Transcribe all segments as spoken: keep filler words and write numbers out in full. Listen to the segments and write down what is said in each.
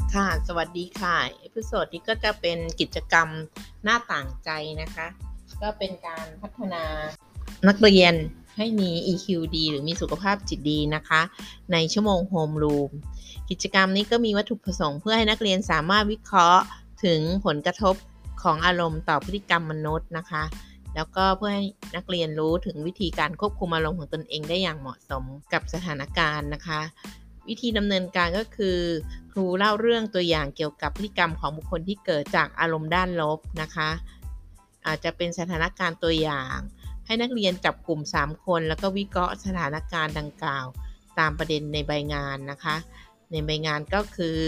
ค่ะ สวัสดีค่ะ เอพิโซดนี้ก็จะเป็นกิจกรรมหน้าต่างใจนะคะ ก็เป็นการพัฒนานักเรียนให้มี อี คิว ดี หรือมีสุขภาพจิตดีนะคะ ในชั่วโมงโฮมรูม กิจกรรมนี้ก็มีวัตถุประสงค์เพื่อให้นักเรียนสามารถวิเคราะห์ถึงผลกระทบของอารมณ์ต่อพฤติกรรมมนุษย์นะคะ แล้วก็เพื่อให้นักเรียนรู้ถึงวิธีการควบคุมอารมณ์ของตนเองได้อย่างเหมาะสมกับสถานการณ์นะคะ วิธีดำเนินการก็คือครูเล่าเรื่องตัวอย่างเกี่ยวกับพฤติกรรมของบุคคลที่เกิดจากอารมณ์ด้านลบนะคะอาจจะเป็นสถานการณ์ตัวอย่างให้นักเรียนจับกลุ่มสามคนแล้วก็วิเคราะห์สถานการณ์ดังกล่าวตามประเด็นในใบงานนะคะในใบงานก็คือ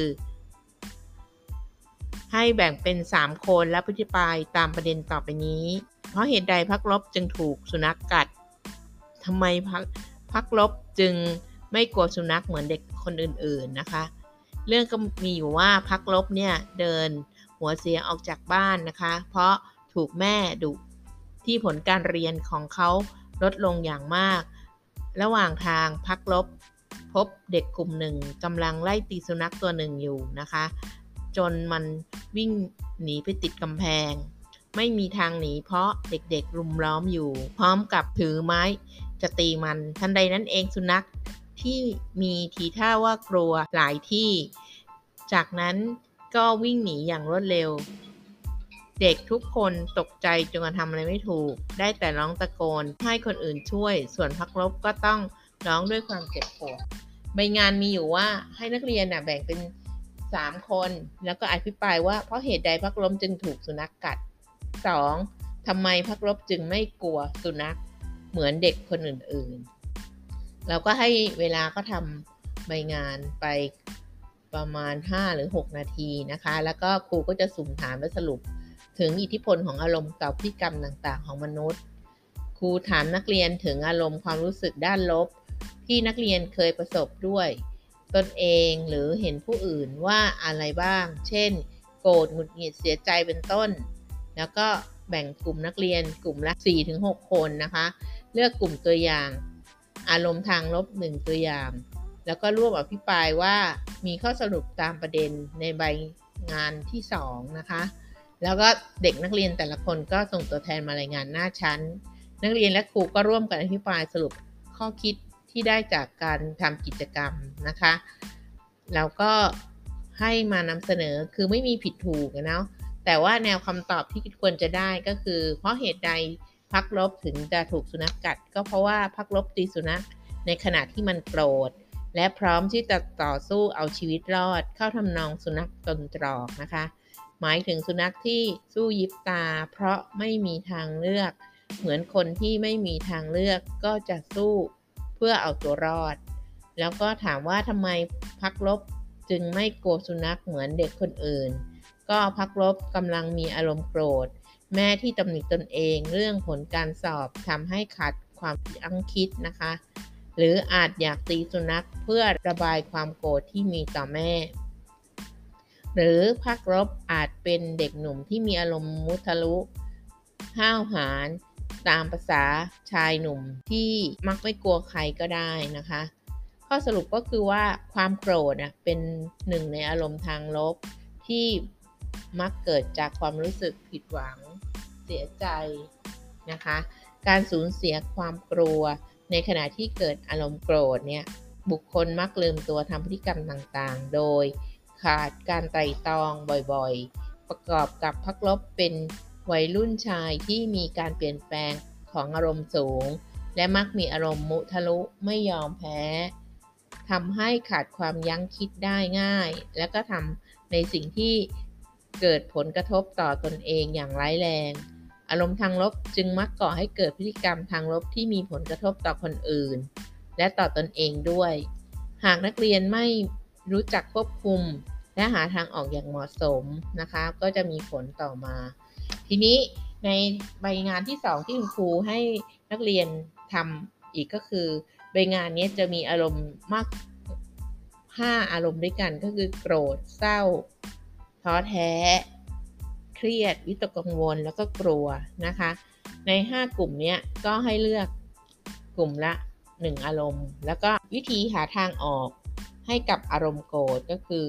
ให้แบ่งเป็นสามคนและอธิบายตามประเด็นต่อไปนี้เพราะเหตุใดพรรคลบจึงถูกสุนัขกัดทำไมพรรคพรรคลบจึงไม่กลัวสุนัขเหมือนเด็กคนอื่นๆนะคะเรื่องก็มีอยู่ว่าพรรคลบเนี่ยเดินหัวเสียออกจากบ้านนะคะเพราะถูกแม่ดุที่ผลการเรียนของเขาลดลงอย่างมากระหว่างทางพรรคลบพบเด็กกลุ่มหนึ่งกำลังไล่ตีสุนัขตัวหนึ่งอยู่นะคะจนมันวิ่งหนีไปติดกำแพงไม่มีทางหนีเพราะเด็กๆรุมล้อมอยู่พร้อมกับถือไม้จะตีมันทันใดนั้นเองสุนัขที่มีทีท่าว่ากลัวหลายที่จากนั้นก็วิ่งหนีอย่างรวดเร็วเด็กทุกคนตกใจจนกระทำอะไรไม่ถูกได้แต่ร้องตะโกนให้คนอื่นช่วยส่วนพรรคลบก็ต้องร้องด้วยความเจ็บปวดใบงานมีอยู่ว่าให้นักเรียนน่ะแบ่งเป็นสามคนแล้วก็อภิปรายว่าเพราะเหตุใดพรรคลบจึงถูกสุนัขกัดสองทำไมพรรคลบจึงไม่กลัวสุนัขเหมือนเด็กคนอื่นๆเราก็ให้เวลาเขาทำใบงานไปประมาณห้าหรือหกนาทีนะคะแล้วก็ครูก็จะสุ่มถามและสรุปถึงอิทธิพลของอารมณ์ต่อพฤติกรรมต่างๆของมนุษย์ครูถามนักเรียนถึงอารมณ์ความรู้สึกด้านลบที่นักเรียนเคยประสบด้วยตนเองหรือเห็นผู้อื่นว่าอะไรบ้างเช่นโกรธหงุดหงิดเสียใจเป็นต้นแล้วก็แบ่งกลุ่มนักเรียนกลุ่มละ สี่ถึงหก คนนะคะเลือกกลุ่มตัวอย่างอารมณ์ทางลบหนึ่งตัวอย่างแล้วก็ร่วมอภิปรายว่ามีข้อสรุปตามประเด็นในใบงานที่สองนะคะแล้วก็เด็กนักเรียนแต่ละคนก็ส่งตัวแทนมารายงานหน้าชั้นนักเรียนและครูก็ร่วมกันอภิปรายสรุปข้อคิดที่ได้จากการทำกิจกรรมนะคะแล้วก็ให้มานำเสนอคือไม่มีผิดถูกนะ แต่ว่าแนวคำตอบที่ควรจะได้ก็คือเพราะเหตุใดพรรคลบถึงจะถูกสุนัขกัดก็เพราะว่าพรรคลบตีสุนัขในขณะที่มันโกรธและพร้อมที่จะต่อสู้เอาชีวิตรอดเข้าทำนองสุนัขตนตรอกนะคะหมายถึงสุนัขที่สู้ยิบตาเพราะไม่มีทางเลือกเหมือนคนที่ไม่มีทางเลือกก็จะสู้เพื่อเอาตัวรอดแล้วก็ถามว่าทำไมพรรคลบจึงไม่กลัวสุนัขเหมือนเด็กคนอื่นก็พรรคลบกำลังมีอารมณ์โกรธแม่ที่ตำหนิตนเองเรื่องผลการสอบทำให้ขาดความยั้งคิดนะคะหรืออาจอยากตีสุนัขเพื่อระบายความโกรธที่มีต่อแม่หรือพรรคลบอาจเป็นเด็กหนุ่มที่มีอารมณ์มุทะลุห้าวหาญตามภาษาชายหนุ่มที่มักไม่กลัวใครก็ได้นะคะข้อสรุปก็คือว่าความโกรธเป็นหนึ่งในอารมณ์ทางลบที่มักเกิดจากความรู้สึกผิดหวังเสียใจนะคะการสูญเสียความกลัวในขณะที่เกิดอารมณ์โกรธเนี่ยบุคคลมักลืมตัวทำพฤติกรรมต่างๆโดยขาดการไตร่ตรองบ่อยๆประกอบกับพรรคลบเป็นวัยรุ่นชายที่มีการเปลี่ยนแปลงของอารมณ์สูงและมักมีอารมณ์มุทะลุไม่ยอมแพ้ทำให้ขาดความยั้งคิดได้ง่ายและก็ทำในสิ่งที่เกิดผลกระทบต่อตนเองอย่างร้ายแรงอารมณ์ทางลบจึงมักก่อให้เกิดพฤติกรรมทางลบที่มีผลกระทบต่อคนอื่นและต่อตนเองด้วยหากนักเรียนไม่รู้จักควบคุมและหาทางออกอย่างเหมาะสมนะคะก็จะมีผลต่อมาทีนี้ในใบงานที่สองที่คุณครูให้นักเรียนทำอีกก็คือใบงานนี้จะมีอารมณ์มากห้าอารมณ์ด้วยกันก็คือโกรธเศร้าท้อแท้เครียดวิตกกังวลแล้วก็กลัวนะคะในห้ากลุ่มนี้ก็ให้เลือกกลุ่มละหนึ่งอารมณ์แล้วก็วิธีหาทางออกให้กับอารมณ์โกรธก็คือ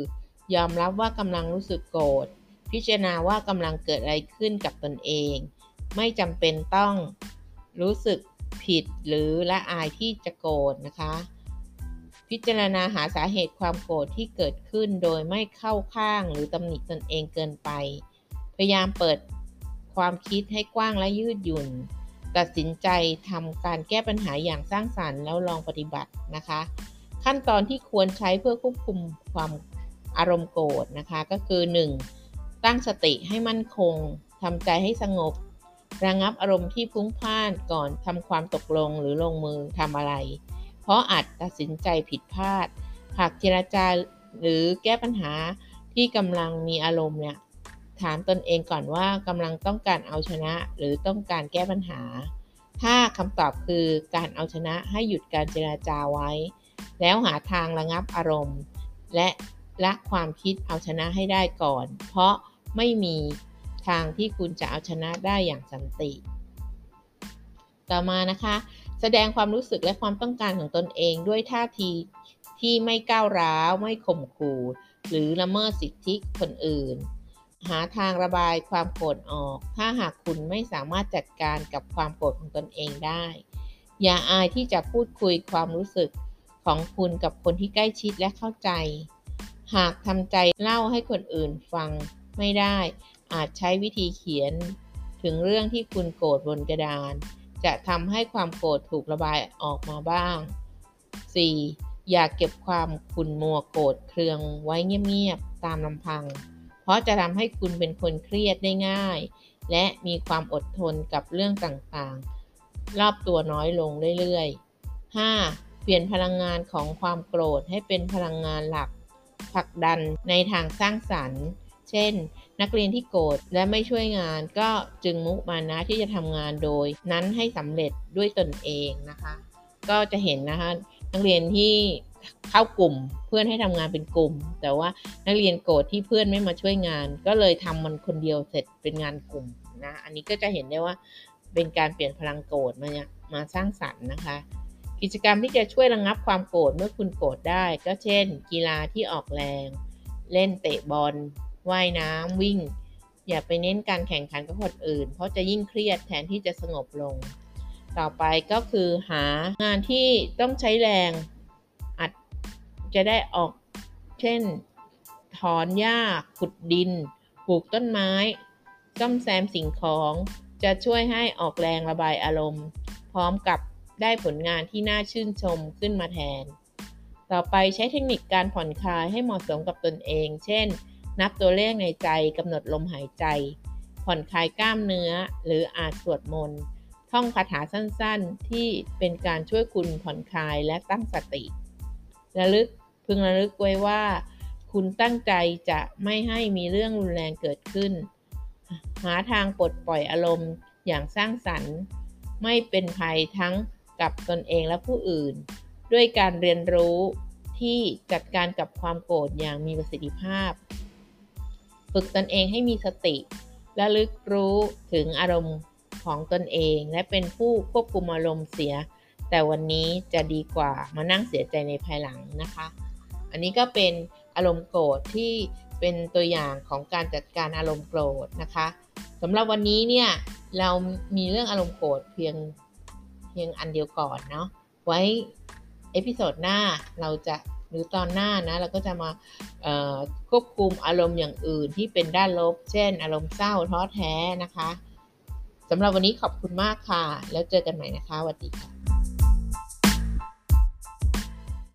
ยอมรับว่ากำลังรู้สึกโกรธพิจารณาว่ากำลังเกิดอะไรขึ้นกับตนเองไม่จำเป็นต้องรู้สึกผิดหรือละอายที่จะโกรธนะคะพิจารณาหาสาเหตุความโกรธที่เกิดขึ้นโดยไม่เข้าข้างหรือตำหนิตนเองเกินไปพยายามเปิดความคิดให้กว้างและยืดหยุ่นตัดสินใจทำการแก้ปัญหาอย่างสร้างสรรค์แล้วลองปฏิบัตินะคะขั้นตอนที่ควรใช้เพื่อควบคุมความอารมณ์โกรธนะคะก็คือ หนึ่ง. ตั้งสติให้มั่นคงทำใจให้สงบระงับอารมณ์ที่พลุ้งพล่านก่อนทำความตกลงหรือลงมือทำอะไรเพราะอาจตัดสินใจผิดพลาดหากเจรจาหรือแก้ปัญหาที่กำลังมีอารมณ์เนี่ยถามตนเองก่อนว่ากำลังต้องการเอาชนะหรือต้องการแก้ปัญหาถ้าคำตอบคือการเอาชนะให้หยุดการเจรจาไว้แล้วหาทางระงับอารมณ์และละความคิดเอาชนะให้ได้ก่อนเพราะไม่มีทางที่คุณจะเอาชนะได้อย่างสันติต่อมานะคะแสดงความรู้สึกและความต้องการของตนเองด้วยท่าทีที่ไม่ก้าวร้าวไม่ข่มขู่หรือละเมิดสิทธิคนอื่นหาทางระบายความโกรธออกถ้าหากคุณไม่สามารถจัดการกับความโกรธของตนเองได้อย่าอายที่จะพูดคุยความรู้สึกของคุณกับคนที่ใกล้ชิดและเข้าใจหากทำใจเล่าให้คนอื่นฟังไม่ได้อาจใช้วิธีเขียนถึงเรื่องที่คุณโกรธบนกระดานจะทำให้ความโกรธถูกระบายออกมาบ้าง สี่. อย่าเก็บความขุ่นมัวโกรธเคืองไว้เงียบๆตามลำพังเพราะจะทำให้คุณเป็นคนเครียดได้ง่ายและมีความอดทนกับเรื่องต่างๆรอบตัวน้อยลงเรื่อยๆ ห้า. เปลี่ยนพลังงานของความโกรธให้เป็นพลังงานหลักผลักดันในทางสร้างสรรค์เช่นนักเรียนที่โกรธและไม่ช่วยงานก็จึงมุมานะที่จะทำงานโดยนั้นให้สำเร็จด้วยตนเองนะคะก็จะเห็นนะคะนักเรียนที่เข้ากลุ่มเพื่อนให้ทำงานเป็นกลุ่มแต่ว่านักเรียนโกรธที่เพื่อนไม่มาช่วยงานก็เลยทำมันคนเดียวเสร็จเป็นงานกลุ่มนะอันนี้ก็จะเห็นได้ว่าเป็นการเปลี่ยนพลังโกรธมามาสร้างสรรค์นะคะกิจกรรมที่จะช่วยระงับความโกรธเมื่อคุณโกรธได้ก็เช่นกีฬาที่ออกแรงเล่นเตะบอลว่ายน้ำวิ่งอย่าไปเน้นการแข่งขันกับคนอื่นเพราะจะยิ่งเครียดแทนที่จะสงบลงต่อไปก็คือหางานที่ต้องใช้แรงอาจจะได้ออกเช่นถอนหญ้าขุดดินปลูกต้นไม้ซ่อมแซมสิ่งของจะช่วยให้ออกแรงระบายอารมณ์พร้อมกับได้ผลงานที่น่าชื่นชมขึ้นมาแทนต่อไปใช้เทคนิคการผ่อนคลายให้เหมาะสมกับตนเองเช่นนับตัวเลขในใจกำหนดลมหายใจผ่อนคลายกล้ามเนื้อหรืออ่านสวดมนต์ท่องคาถาสั้นๆที่เป็นการช่วยคุณผ่อนคลายและตั้งสติระลึกพึงระลึกไว้ว่าคุณตั้งใจจะไม่ให้มีเรื่องรุนแรงเกิดขึ้นหาทางปลดปล่อยอารมณ์อย่างสร้างสรรค์ไม่เป็นภัยทั้งกับตนเองและผู้อื่นด้วยการเรียนรู้ที่จัดการกับความโกรธอย่างมีประสิทธิภาพฝึกตนเองให้มีสติและระลึกรู้ถึงอารมณ์ของตนเองและเป็นผู้ควบคุมอารมณ์เสียแต่วันนี้จะดีกว่ามานั่งเสียใจในภายหลังนะคะอันนี้ก็เป็นอารมณ์โกรธที่เป็นตัวอย่างของการจัดการอารมณ์โกรธนะคะสำหรับวันนี้เนี่ยเรามีเรื่องอารมณ์โกรธเพียงเพียงอันเดียวก่อนเนาะไว้เอพิโซดหน้าเราจะหรือตอนหน้านะเราก็จะมาควบคุมอารมณ์อย่างอื่นที่เป็นด้านลบเช่นอารมณ์เศร้าท้อแท้นะคะสำหรับวันนี้ขอบคุณมากค่ะแล้วเจอกันใหม่นะคะสวัสดีค่ะ